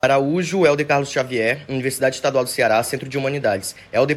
Araújo, Helder Carlos Xavier, Universidade Estadual do Ceará, Centro de Humanidades,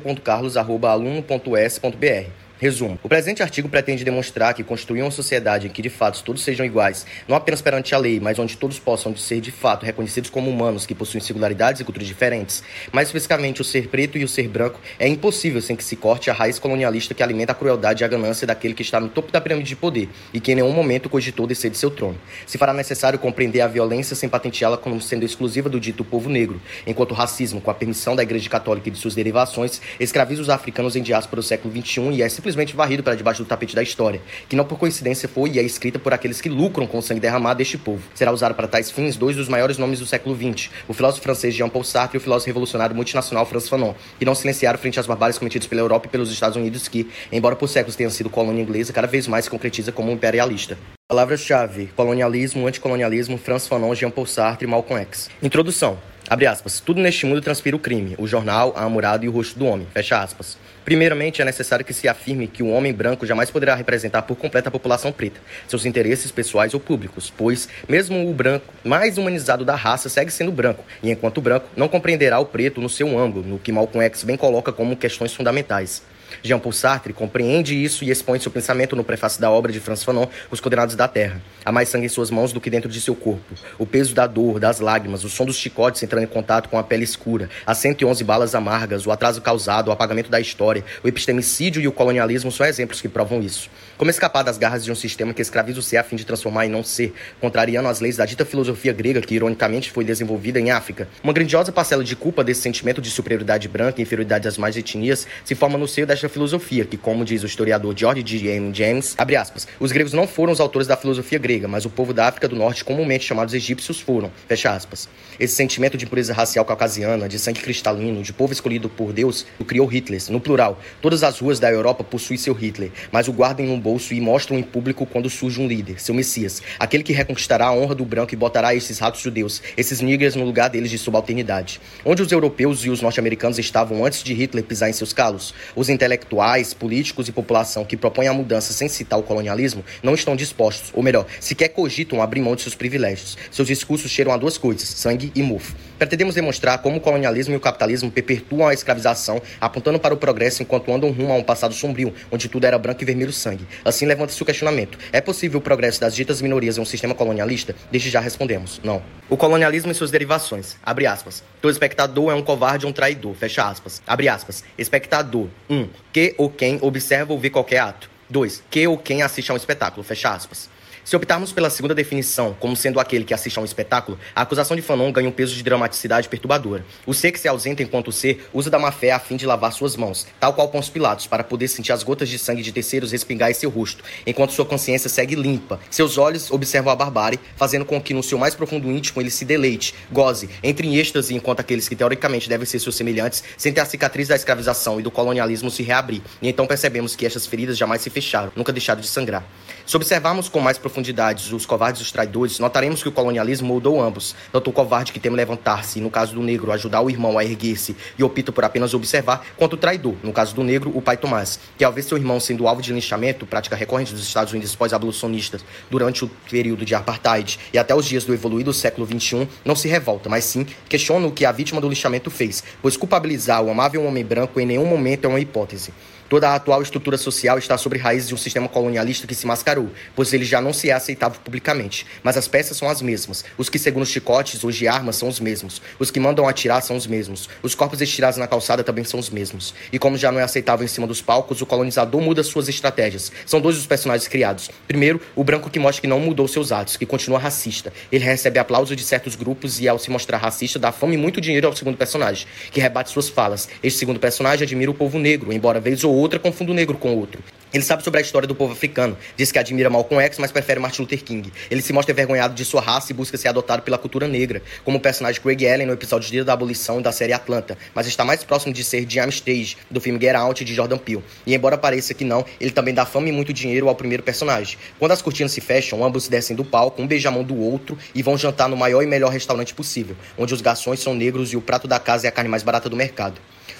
helder.carlos@aluno.us.br. Resumo. O presente artigo pretende demonstrar que construir uma sociedade em que, de fato, todos sejam iguais, não apenas perante a lei, mas onde todos possam ser, de fato, reconhecidos como humanos que possuem singularidades e culturas diferentes, mais especificamente o ser preto e o ser branco, é impossível sem que se corte a raiz colonialista que alimenta a crueldade e a ganância daquele que está no topo da pirâmide de poder e que em nenhum momento cogitou descer de seu trono. Se fará necessário compreender a violência sem patenteá-la como sendo exclusiva do dito povo negro, enquanto o racismo, com a permissão da Igreja Católica e de suas derivações, escraviza os africanos em diáspora do século XXI e é simplesmente varrido para debaixo do tapete da história, que não por coincidência foi e é escrita por aqueles que lucram com o sangue derramado deste povo. Será usado para tais fins dois dos maiores nomes do século XX, o filósofo francês Jean Paul Sartre e o filósofo revolucionário multinacional Frantz Fanon, que não silenciaram frente às barbáries cometidas pela Europa e pelos Estados Unidos que, embora por séculos tenham sido colônia inglesa, cada vez mais se concretiza como imperialista. Palavras-chave: colonialismo, anticolonialismo, Frantz Fanon, Jean Paul Sartre e Malcolm X. Introdução. Abre aspas. Tudo neste mundo transpira o crime, o jornal, a amurado e o rosto do homem. Fecha aspas. Primeiramente, é necessário que se afirme que o homem branco jamais poderá representar por completo a população preta, seus interesses pessoais ou públicos, pois, mesmo o branco mais humanizado da raça segue sendo branco, e enquanto branco, não compreenderá o preto no seu ângulo, no que Malcolm X bem coloca como questões fundamentais. Jean Paul Sartre compreende isso e expõe seu pensamento no prefácio da obra de Frantz Fanon, Os Condenados da Terra. Há mais sangue em suas mãos do que dentro de seu corpo. O peso da dor, das lágrimas, o som dos chicotes entrando em contato com a pele escura, as 111 balas amargas, o atraso causado, o apagamento da história, o epistemicídio e o colonialismo são exemplos que provam isso. Como escapar das garras de um sistema que escraviza o ser a fim de transformar em não ser, contrariando as leis da dita filosofia grega que ironicamente foi desenvolvida em África? Uma grandiosa parcela de culpa desse sentimento de superioridade branca e inferioridade das mais etnias se forma no seio desta filosofia que, como diz o historiador George G. M. James, abre aspas, os gregos não foram os autores da filosofia grega, mas o povo da África do Norte, comumente chamados egípcios, foram, fecha aspas. Esse sentimento de impureza racial caucasiana, de sangue cristalino, de povo escolhido por Deus, o criou Hitler, no plural. Todas as ruas da Europa possuem seu Hitler, mas o guardam no bolso e mostram em público quando surge um líder, seu Messias, aquele que reconquistará a honra do branco e botará esses ratos judeus, esses nígreres no lugar deles de subalternidade. Onde os europeus e os norte-americanos estavam antes de Hitler pisar em seus calos? Os intelectuais, políticos e população que propõem a mudança sem citar o colonialismo não estão dispostos, ou melhor, sequer cogitam abrir mão de seus privilégios. Seus discursos cheiram a duas coisas, sangue e mofo. Pretendemos demonstrar como o colonialismo e o capitalismo perpetuam a escravização, apontando para o progresso enquanto andam rumo a um passado sombrio, onde tudo era branco e vermelho sangue. Assim levanta-se o questionamento: é possível o progresso das ditas minorias em um sistema colonialista? Desde já respondemos, não. O colonialismo e suas derivações, abre aspas. Todo espectador é um covarde ou um traidor, fecha aspas. Abre aspas. Espectador, 1. Que ou quem observa ou vê qualquer ato. 2. Que ou quem assiste a um espetáculo, fecha aspas. Se optarmos pela segunda definição, como sendo aquele que assiste a um espetáculo, a acusação de Fanon ganha um peso de dramaticidade perturbadora. O ser que se ausenta enquanto ser usa da má-fé a fim de lavar suas mãos, tal qual Pôncio Pilatos, para poder sentir as gotas de sangue de terceiros respingar em seu rosto, enquanto sua consciência segue limpa. Seus olhos observam a barbárie, fazendo com que no seu mais profundo íntimo ele se deleite, goze, entre em êxtase enquanto aqueles que teoricamente devem ser seus semelhantes sentem a cicatriz da escravização e do colonialismo se reabrir, e então percebemos que estas feridas jamais se fecharam, nunca deixaram de sangrar. Se observarmos com mais profundidade os covardes e os traidores, notaremos que o colonialismo moldou ambos, tanto o covarde que teme levantar-se, no caso do negro, ajudar o irmão a erguer-se e opta por apenas observar, quanto o traidor, no caso do negro, o pai Tomás, que ao ver seu irmão sendo alvo de linchamento, prática recorrente dos Estados Unidos pós-abolicionistas durante o período de apartheid e até os dias do evoluído século XXI, não se revolta, mas sim questiona o que a vítima do linchamento fez, pois culpabilizar o amável homem branco em nenhum momento é uma hipótese. Toda a atual estrutura social está sobre raízes de um sistema colonialista que se mascarou, pois ele já não se é aceitável publicamente. Mas as peças são as mesmas. Os que seguram os chicotes hoje armas são os mesmos. Os que mandam atirar são os mesmos. Os corpos estirados na calçada também são os mesmos. E como já não é aceitável em cima dos palcos, o colonizador muda suas estratégias. São dois os personagens criados. Primeiro, o branco que mostra que não mudou seus atos, que continua racista. Ele recebe aplauso de certos grupos e, ao se mostrar racista, dá fama e muito dinheiro ao segundo personagem, que rebate suas falas. Este segundo personagem admira o povo negro, embora vez ou outra confunda o negro com o outro. Ele sabe sobre a história do povo africano, diz que admira Malcolm X, mas prefere Martin Luther King. Ele se mostra envergonhado de sua raça e busca ser adotado pela cultura negra, como o personagem Craig Allen no episódio Dia da Abolição da série Atlanta, mas está mais próximo de ser Jim Stage, do filme Get Out, de Jordan Peele. E embora pareça que não, ele também dá fama e muito dinheiro ao primeiro personagem. Quando as cortinas se fecham, ambos descem do palco, um beija a mão do outro e vão jantar no maior e melhor restaurante possível, onde os garçons são negros e o prato da casa é a carne mais barata do mercado.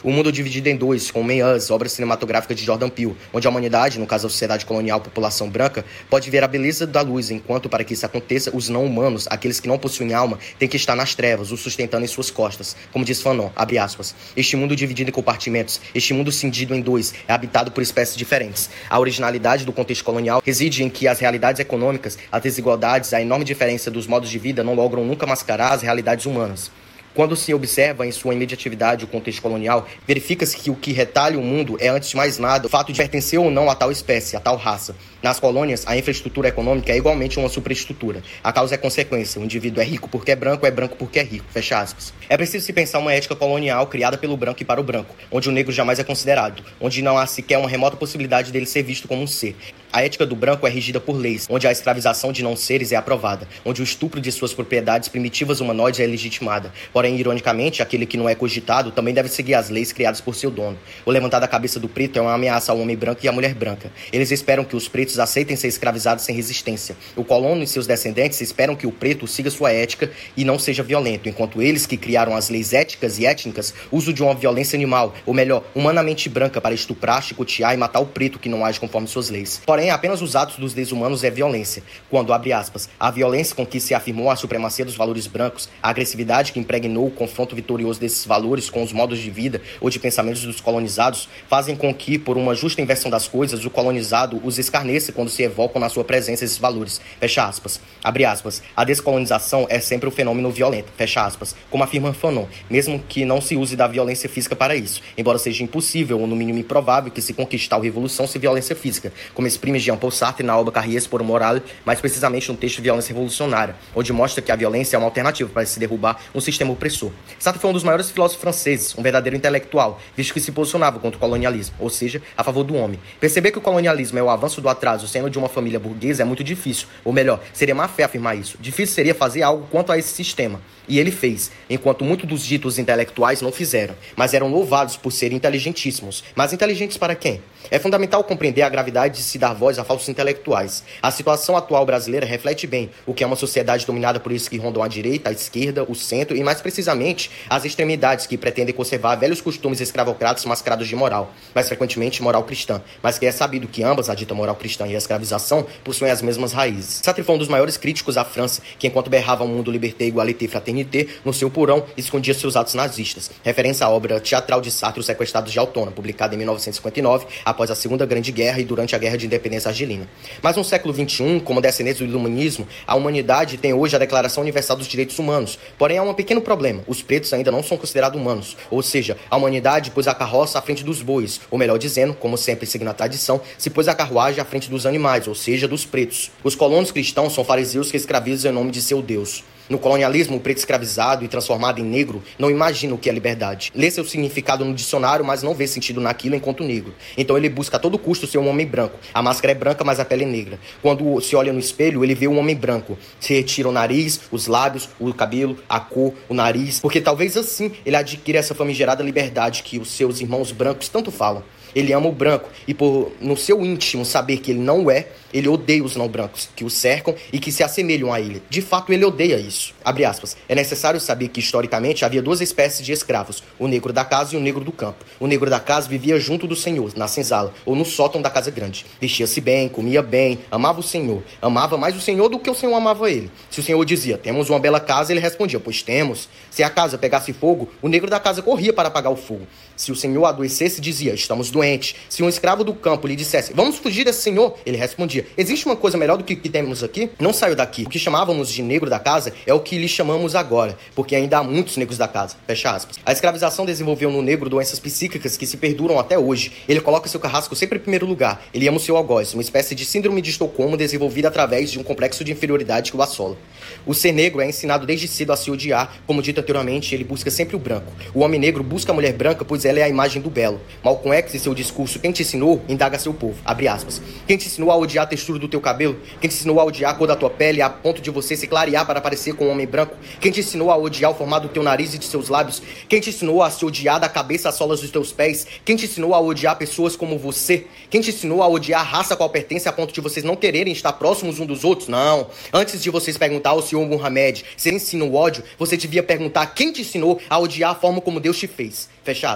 O mundo é dividido em dois, com Man-Us, obra cinematográfica de Jordan Peele, onde a humanidade, no caso a sociedade colonial população branca, pode ver a beleza da luz, enquanto para que isso aconteça, os não-humanos, aqueles que não possuem alma, têm que estar nas trevas, o sustentando em suas costas. Como diz Fanon, abre aspas, este mundo dividido em compartimentos, este mundo cindido em dois, é habitado por espécies diferentes. A originalidade do contexto colonial reside em que as realidades econômicas, as desigualdades, a enorme diferença dos modos de vida não logram nunca mascarar as realidades humanas. Quando se observa em sua imediatividade o contexto colonial, verifica-se que o que retalha o mundo é, antes de mais nada, o fato de pertencer ou não a tal espécie, a tal raça. Nas colônias, a infraestrutura econômica é igualmente uma superestrutura. A causa é consequência. O indivíduo é rico porque é branco porque é rico. Fecha aspas. É preciso se pensar uma ética colonial criada pelo branco e para o branco, onde o negro jamais é considerado, onde não há sequer uma remota possibilidade dele ser visto como um ser. A ética do branco é regida por leis, onde a escravização de não seres é aprovada, onde o estupro de suas propriedades primitivas humanoides é legitimada. Porém, ironicamente, aquele que não é cogitado também deve seguir as leis criadas por seu dono. O levantar da cabeça do preto é uma ameaça ao homem branco e à mulher branca. Eles esperam que os pretos aceitem ser escravizados sem resistência. O colono e seus descendentes esperam que o preto siga sua ética e não seja violento, enquanto eles que criaram as leis éticas e étnicas usam de uma violência animal, ou melhor, humanamente branca, para estuprar, chicotear e matar o preto que não age conforme suas leis. Porém, apenas os atos dos desumanos é violência. Quando, abre aspas, a violência com que se afirmou a supremacia dos valores brancos, a agressividade que impregnou o confronto vitorioso desses valores com os modos de vida ou de pensamentos dos colonizados, fazem com que, por uma justa inversão das coisas, o colonizado os escarneça quando se evocam na sua presença esses valores. Fecha aspas. Abre aspas. A descolonização é sempre um fenômeno violento. Fecha aspas. Como afirma Fanon, mesmo que não se use da violência física para isso, embora seja impossível ou no mínimo improvável que se conquistar a revolução sem violência física, como exprime Jean-Paul Sartre na obra Carriers por Moral, mais precisamente no texto Violência Revolucionária, onde mostra que a violência é uma alternativa para se derrubar um sistema opressor. Sartre foi um dos maiores filósofos franceses, um verdadeiro intelectual, visto que se posicionava contra o colonialismo, ou seja, a favor do homem. Perceber que o colonialismo é o avanço do atraso sendo de uma família burguesa é muito difícil, ou melhor, seria má fé afirmar isso. Difícil seria fazer algo quanto a esse sistema. E ele fez, enquanto muitos dos ditos intelectuais não fizeram, mas eram louvados por serem inteligentíssimos. Mas inteligentes para quem? É fundamental compreender a gravidade de se dar voz a falsos intelectuais. A situação atual brasileira reflete bem o que é uma sociedade dominada por esses que rondam a direita, a esquerda, o centro e, mais precisamente, as extremidades que pretendem conservar velhos costumes escravocratas mascarados de moral, mais frequentemente moral cristã, mas que é sabido que ambas, a dita moral cristã e a escravização, possuem as mesmas raízes. Sartre foi um dos maiores críticos à França, que enquanto berrava um mundo liberté, igualité, fraternité, no seu porão escondia seus atos nazistas. Referência à obra teatral de Sartre, Os Sequestrados de Altona, publicada em 1959, após a Segunda Grande Guerra e durante a Guerra de Independência Argelina. Mas no século XXI, como descendentes do iluminismo, a humanidade tem hoje a Declaração Universal dos Direitos Humanos. Porém, há um pequeno problema. Os pretos ainda não são considerados humanos. Ou seja, a humanidade pôs a carroça à frente dos bois. Ou melhor dizendo, como sempre seguindo a tradição, se pôs a carruagem à frente dos animais, ou seja, dos pretos. Os colonos cristãos são fariseus que escravizam em nome de seu Deus. No colonialismo, o preto escravizado e transformado em negro não imagina o que é liberdade. Lê seu significado no dicionário, mas não vê sentido naquilo enquanto negro. Então ele busca a todo custo ser um homem branco. A máscara é branca, mas a pele é negra. Quando se olha no espelho, ele vê um homem branco. Se retira o nariz, os lábios, o cabelo, a cor, o nariz, porque talvez assim ele adquira essa famigerada liberdade que os seus irmãos brancos tanto falam. Ele ama o branco e por no seu íntimo saber que ele não é, ele odeia os não brancos que o cercam e que se assemelham a ele. De fato, ele odeia isso. Abre aspas. É necessário saber que historicamente havia duas espécies de escravos, o negro da casa e o negro do campo. O negro da casa vivia junto do senhor, na senzala ou no sótão da casa grande. Vestia-se bem, comia bem, amava o senhor. Amava mais o senhor do que o senhor amava ele. Se o senhor dizia, temos uma bela casa, ele respondia, pois temos. Se a casa pegasse fogo, o negro da casa corria para apagar o fogo. Se o senhor adoecesse, dizia, estamos doentes. Se um escravo do campo lhe dissesse, vamos fugir desse senhor, ele respondia, existe uma coisa melhor do que temos aqui? Não saiu daqui. O que chamávamos de negro da casa é o que lhe chamamos agora, porque ainda há muitos negros da casa. Fecha aspas. A escravização desenvolveu no negro doenças psíquicas que se perduram até hoje. Ele coloca seu carrasco sempre em primeiro lugar. Ele ama o seu algoz, uma espécie de síndrome de Estocolmo desenvolvida através de um complexo de inferioridade que o assola. O ser negro é ensinado desde cedo a se odiar, como dito anteriormente, ele busca sempre o branco. O homem negro busca a mulher branca, pois ela é a imagem do belo. Malcolm X, em seu discurso Quem te ensinou? Indaga seu povo. Abre aspas. Quem te ensinou a odiar a textura do teu cabelo? Quem te ensinou a odiar a cor da tua pele a ponto de você se clarear para parecer com um homem branco? Quem te ensinou a odiar o formato do teu nariz e de seus lábios? Quem te ensinou a se odiar da cabeça às solas dos teus pés? Quem te ensinou a odiar pessoas como você? Quem te ensinou a odiar a raça a qual pertence a ponto de vocês não quererem estar próximos uns dos outros? Não. Antes de vocês perguntar ao senhor Muhammad se ensina o ódio, você devia perguntar quem te ensinou a odiar a forma como Deus te fez. Fecha aspas.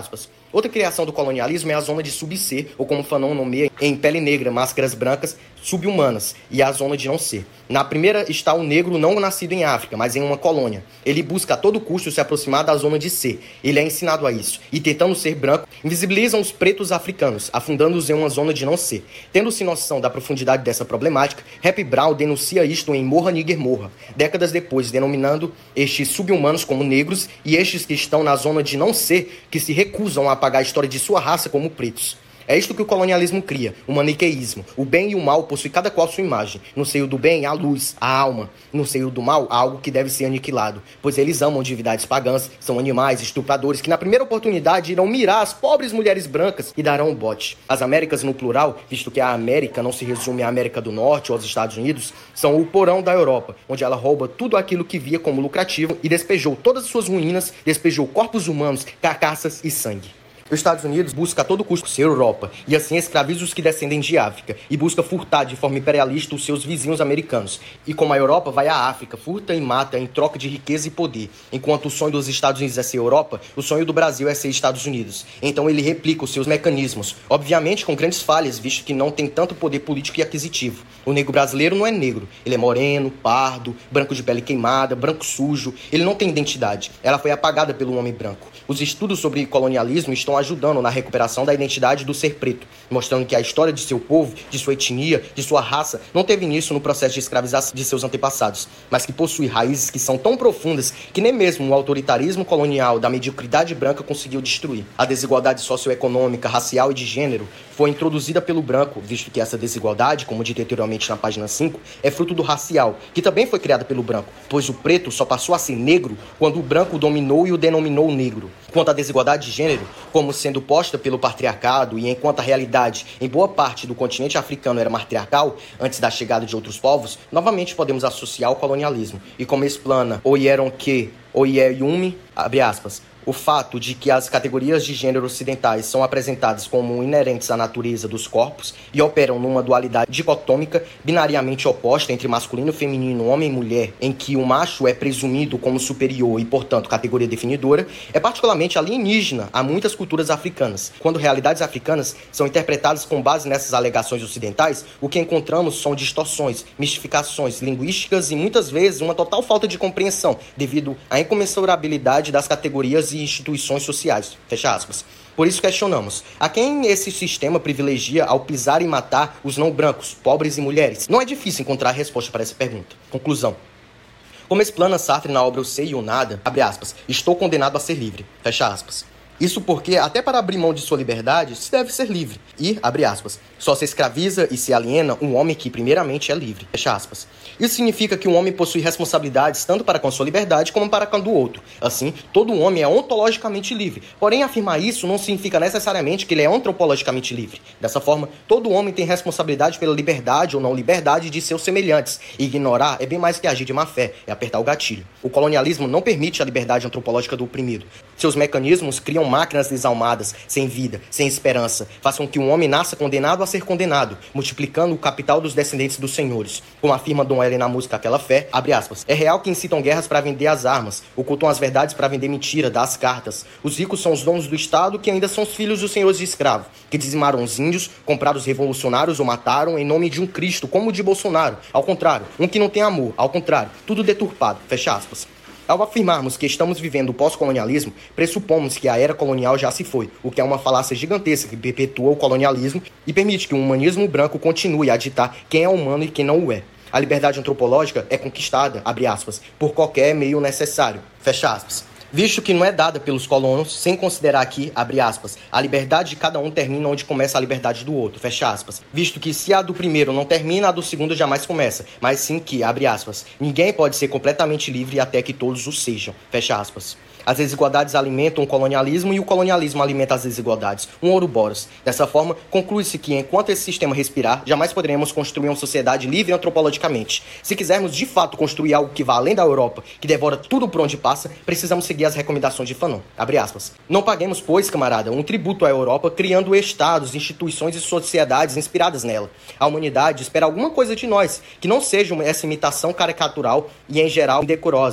Outra criação do colonialismo é a zona de sub-ser, ou como Fanon nomeia em Pele Negra, Máscaras Brancas, subhumanas, e a zona de não ser. Na primeira está o negro não nascido em África, mas em uma colônia. Ele busca a todo custo se aproximar da zona de ser. Ele é ensinado a isso. E tentando ser branco, invisibilizam os pretos africanos, afundando-os em uma zona de não ser. Tendo-se noção da profundidade dessa problemática, Rap Brown denuncia isto em Morra Nigger Morra, décadas depois, denominando estes subhumanos como negros e estes que estão na zona de não ser, que se recusam a apagar a história de sua raça como pretos. É isto que o colonialismo cria, o maniqueísmo. O bem e o mal possuem cada qual sua imagem. No seio do bem, a luz, a alma. No seio do mal, algo que deve ser aniquilado. Pois eles amam divindades pagãs, são animais, estupradores, que na primeira oportunidade irão mirar as pobres mulheres brancas e darão um bote. As Américas no plural, visto que a América não se resume à América do Norte ou aos Estados Unidos, são o porão da Europa, onde ela rouba tudo aquilo que via como lucrativo e despejou todas as suas ruínas, despejou corpos humanos, carcaças e sangue. Os Estados Unidos busca a todo custo ser Europa, e assim escraviza os que descendem de África, e busca furtar de forma imperialista os seus vizinhos americanos. E como a Europa vai à África, furta e mata em troca de riqueza e poder. Enquanto o sonho dos Estados Unidos é ser Europa, o sonho do Brasil é ser Estados Unidos. Então ele replica os seus mecanismos, obviamente com grandes falhas, visto que não tem tanto poder político e aquisitivo. O negro brasileiro não é negro, ele é moreno, pardo, branco de pele queimada, branco sujo, ele não tem identidade, ela foi apagada pelo homem branco. Os estudos sobre colonialismo estão ajudando na recuperação da identidade do ser preto, mostrando que a história de seu povo, de sua etnia, de sua raça, não teve início no processo de escravização de seus antepassados, mas que possui raízes que são tão profundas que nem mesmo o autoritarismo colonial da mediocridade branca conseguiu destruir. A desigualdade socioeconômica, racial e de gênero foi introduzida pelo branco, visto que essa desigualdade, como dito anteriormente na página 5, é fruto do racial, que também foi criada pelo branco, pois o preto só passou a ser negro quando o branco o dominou e o denominou negro. Quanto à desigualdade de gênero, como sendo posta pelo patriarcado, e enquanto a realidade em boa parte do continente africano era matriarcal, antes da chegada de outros povos, novamente podemos associar ao colonialismo. E como explana Oyeronke Oyeyumi, abre aspas, o fato de que as categorias de gênero ocidentais são apresentadas como inerentes à natureza dos corpos e operam numa dualidade dicotômica, binariamente oposta entre masculino e feminino, homem e mulher, em que o macho é presumido como superior e, portanto, categoria definidora, é particularmente alienígena a muitas culturas africanas. Quando realidades africanas são interpretadas com base nessas alegações ocidentais, o que encontramos são distorções, mistificações linguísticas e, muitas vezes, uma total falta de compreensão devido à incomensurabilidade das categorias e instituições sociais, fecha aspas. Por isso questionamos, a quem esse sistema privilegia ao pisar e matar os não brancos, pobres e mulheres? Não é difícil encontrar a resposta para essa pergunta. Conclusão. Como explana Sartre na obra O Ser e o Nada, abre aspas, estou condenado a ser livre, fecha aspas. Isso porque, até para abrir mão de sua liberdade, se deve ser livre. E, abre aspas, só se escraviza e se aliena um homem que primeiramente é livre. Fecha aspas. Isso significa que um homem possui responsabilidades tanto para com sua liberdade como para com a do outro. Assim, todo homem é ontologicamente livre. Porém, afirmar isso não significa necessariamente que ele é antropologicamente livre. Dessa forma, todo homem tem responsabilidade pela liberdade ou não liberdade de seus semelhantes. E ignorar é bem mais que agir de má fé, é apertar o gatilho. O colonialismo não permite a liberdade antropológica do oprimido. Seus mecanismos criam máquinas desalmadas, sem vida, sem esperança, façam que um homem nasça condenado a ser condenado, multiplicando o capital dos descendentes dos senhores. Como afirma Dom L na música Aquela Fé, abre aspas, é real que incitam guerras para vender as armas, ocultam as verdades para vender mentira, dar as cartas. Os ricos são os donos do Estado, que ainda são os filhos dos senhores de escravo, que dizimaram os índios, compraram os revolucionários ou mataram em nome de um Cristo, como o de Bolsonaro. Ao contrário, um que não tem amor, ao contrário, tudo deturpado, fecha aspas. Ao afirmarmos que estamos vivendo o pós-colonialismo, pressupomos que a era colonial já se foi, o que é uma falácia gigantesca que perpetua o colonialismo e permite que o humanismo branco continue a ditar quem é humano e quem não o é. A liberdade antropológica é conquistada, abre aspas, por qualquer meio necessário, fecha aspas. Visto que não é dada pelos colonos, sem considerar aqui, abre aspas, a liberdade de cada um termina onde começa a liberdade do outro, fecha aspas. Visto que se a do primeiro não termina, a do segundo jamais começa, mas sim que, abre aspas, ninguém pode ser completamente livre até que todos o sejam, fecha aspas. As desigualdades alimentam o colonialismo e o colonialismo alimenta as desigualdades, um ouroboros. Dessa forma, conclui-se que, enquanto esse sistema respirar, jamais poderemos construir uma sociedade livre antropologicamente. Se quisermos, de fato, construir algo que vá além da Europa, que devora tudo por onde passa, precisamos seguir as recomendações de Fanon. Abre aspas. Não paguemos, pois, camarada, um tributo à Europa criando estados, instituições e sociedades inspiradas nela. A humanidade espera alguma coisa de nós, que não seja essa imitação caricatural e, em geral, indecorosa.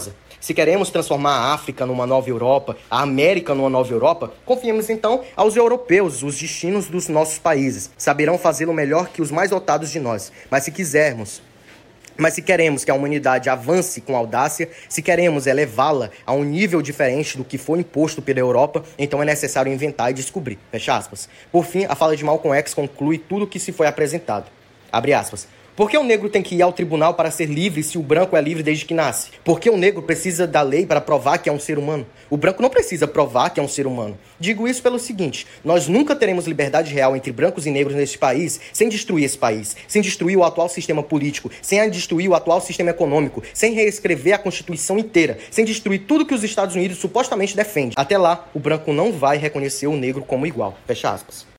Se queremos transformar a África numa nova Europa, a América numa nova Europa, confiemos então aos europeus, os destinos dos nossos países. Saberão fazê-lo melhor que os mais dotados de nós. Mas se queremos que a humanidade avance com audácia, se queremos elevá-la a um nível diferente do que foi imposto pela Europa, então é necessário inventar e descobrir. Fecha aspas. Por fim, a fala de Malcolm X conclui tudo o que se foi apresentado. Abre aspas. Por que o negro tem que ir ao tribunal para ser livre se o branco é livre desde que nasce? Por que o negro precisa da lei para provar que é um ser humano? O branco não precisa provar que é um ser humano. Digo isso pelo seguinte, nós nunca teremos liberdade real entre brancos e negros neste país sem destruir esse país, sem destruir o atual sistema político, sem destruir o atual sistema econômico, sem reescrever a Constituição inteira, sem destruir tudo que os Estados Unidos supostamente defendem. Até lá, o branco não vai reconhecer o negro como igual. Fecha aspas.